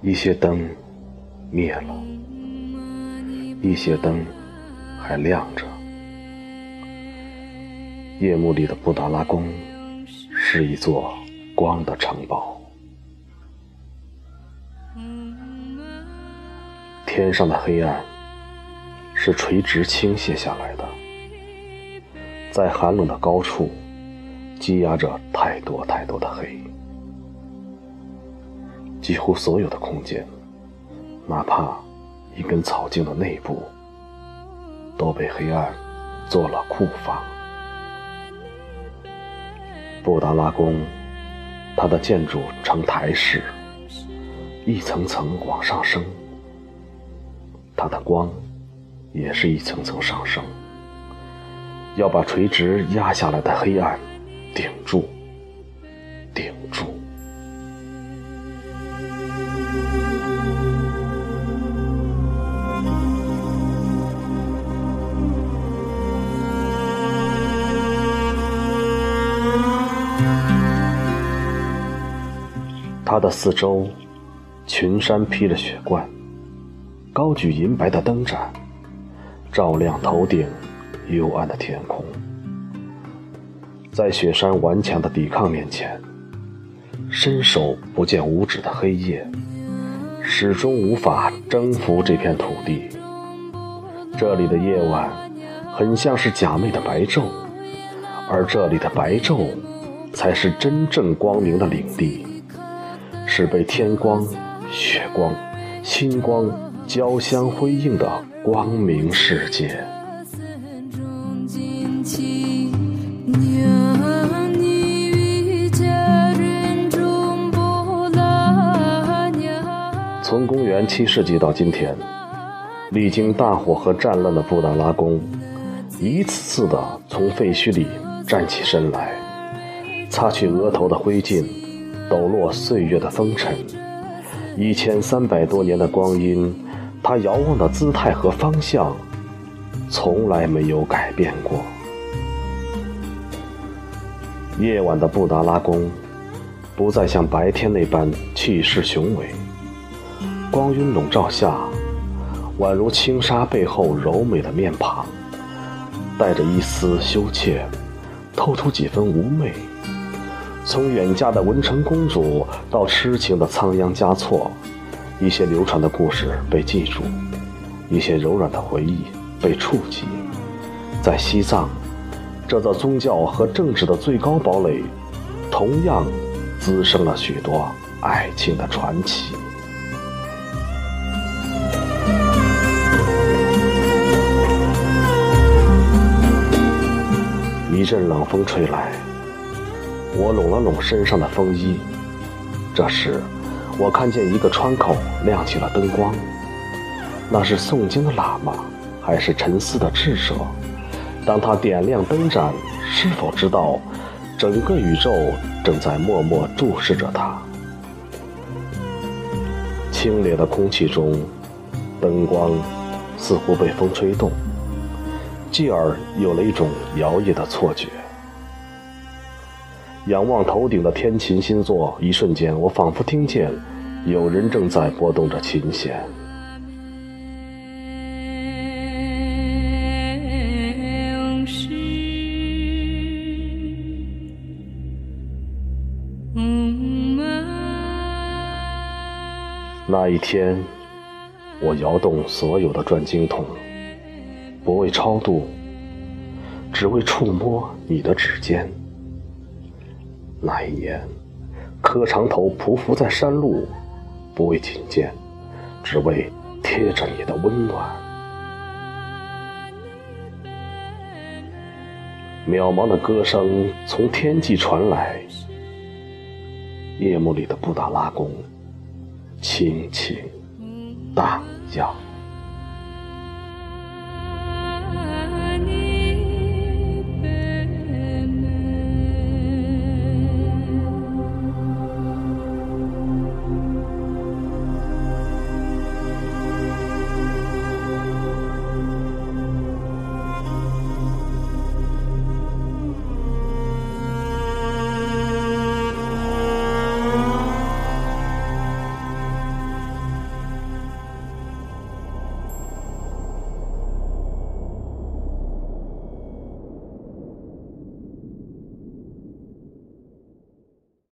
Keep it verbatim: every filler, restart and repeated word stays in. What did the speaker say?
一些灯灭了，一些灯还亮着。夜幕里的布达拉宫是一座光的城堡，天上的黑暗是垂直倾泻下来的，在寒冷的高处积压着太多太多的黑，几乎所有的空间，哪怕一根草茎的内部，都被黑暗做了库房。布达拉宫，它的建筑呈台式，一层层往上升，它的光也是一层层上升，要把垂直压下来的黑暗顶住，顶住。它的四周，群山披着雪冠，高举银白的灯盏，照亮头顶幽暗的天空。在雪山顽强的抵抗面前，伸手不见五指的黑夜始终无法征服这片土地。这里的夜晚很像是假寐的白昼，而这里的白昼才是真正光明的领地，是被天光、雪光、星光交相辉映的光明世界。从公元七世纪到今天，历经大火和战乱的布达拉宫一次次地从废墟里站起身来，擦去额头的灰烬，抖落岁月的风尘。一千三百多年的光阴，他遥望的姿态和方向从来没有改变过。夜晚的布达拉宫不再像白天那般气势雄伟，光晕笼罩下，宛如轻纱背后柔美的面庞，带着一丝羞怯，透出几分妩媚。从远嫁的文成公主到痴情的仓央嘉措，一些流传的故事被记住，一些柔软的回忆被触及。在西藏，这座宗教和政治的最高堡垒，同样滋生了许多爱情的传奇。一阵冷风吹来，我拢了拢身上的风衣。这时我看见一个窗口亮起了灯光，那是诵经的喇嘛，还是沉思的智者？当他点亮灯盏，是否知道整个宇宙正在默默注视着他？清冽的空气中，灯光似乎被风吹动，继而有了一种摇曳的错觉。仰望头顶的天琴星座，一瞬间我仿佛听见有人正在拨动着琴弦。那一天，我摇动所有的转经筒，不为超度，只为触摸你的指尖。那一年，磕长头匍匐在山路，不为觐见，只为贴着你的温暖。渺茫的歌声从天际传来，夜幕里的布达拉宫轻轻荡漾。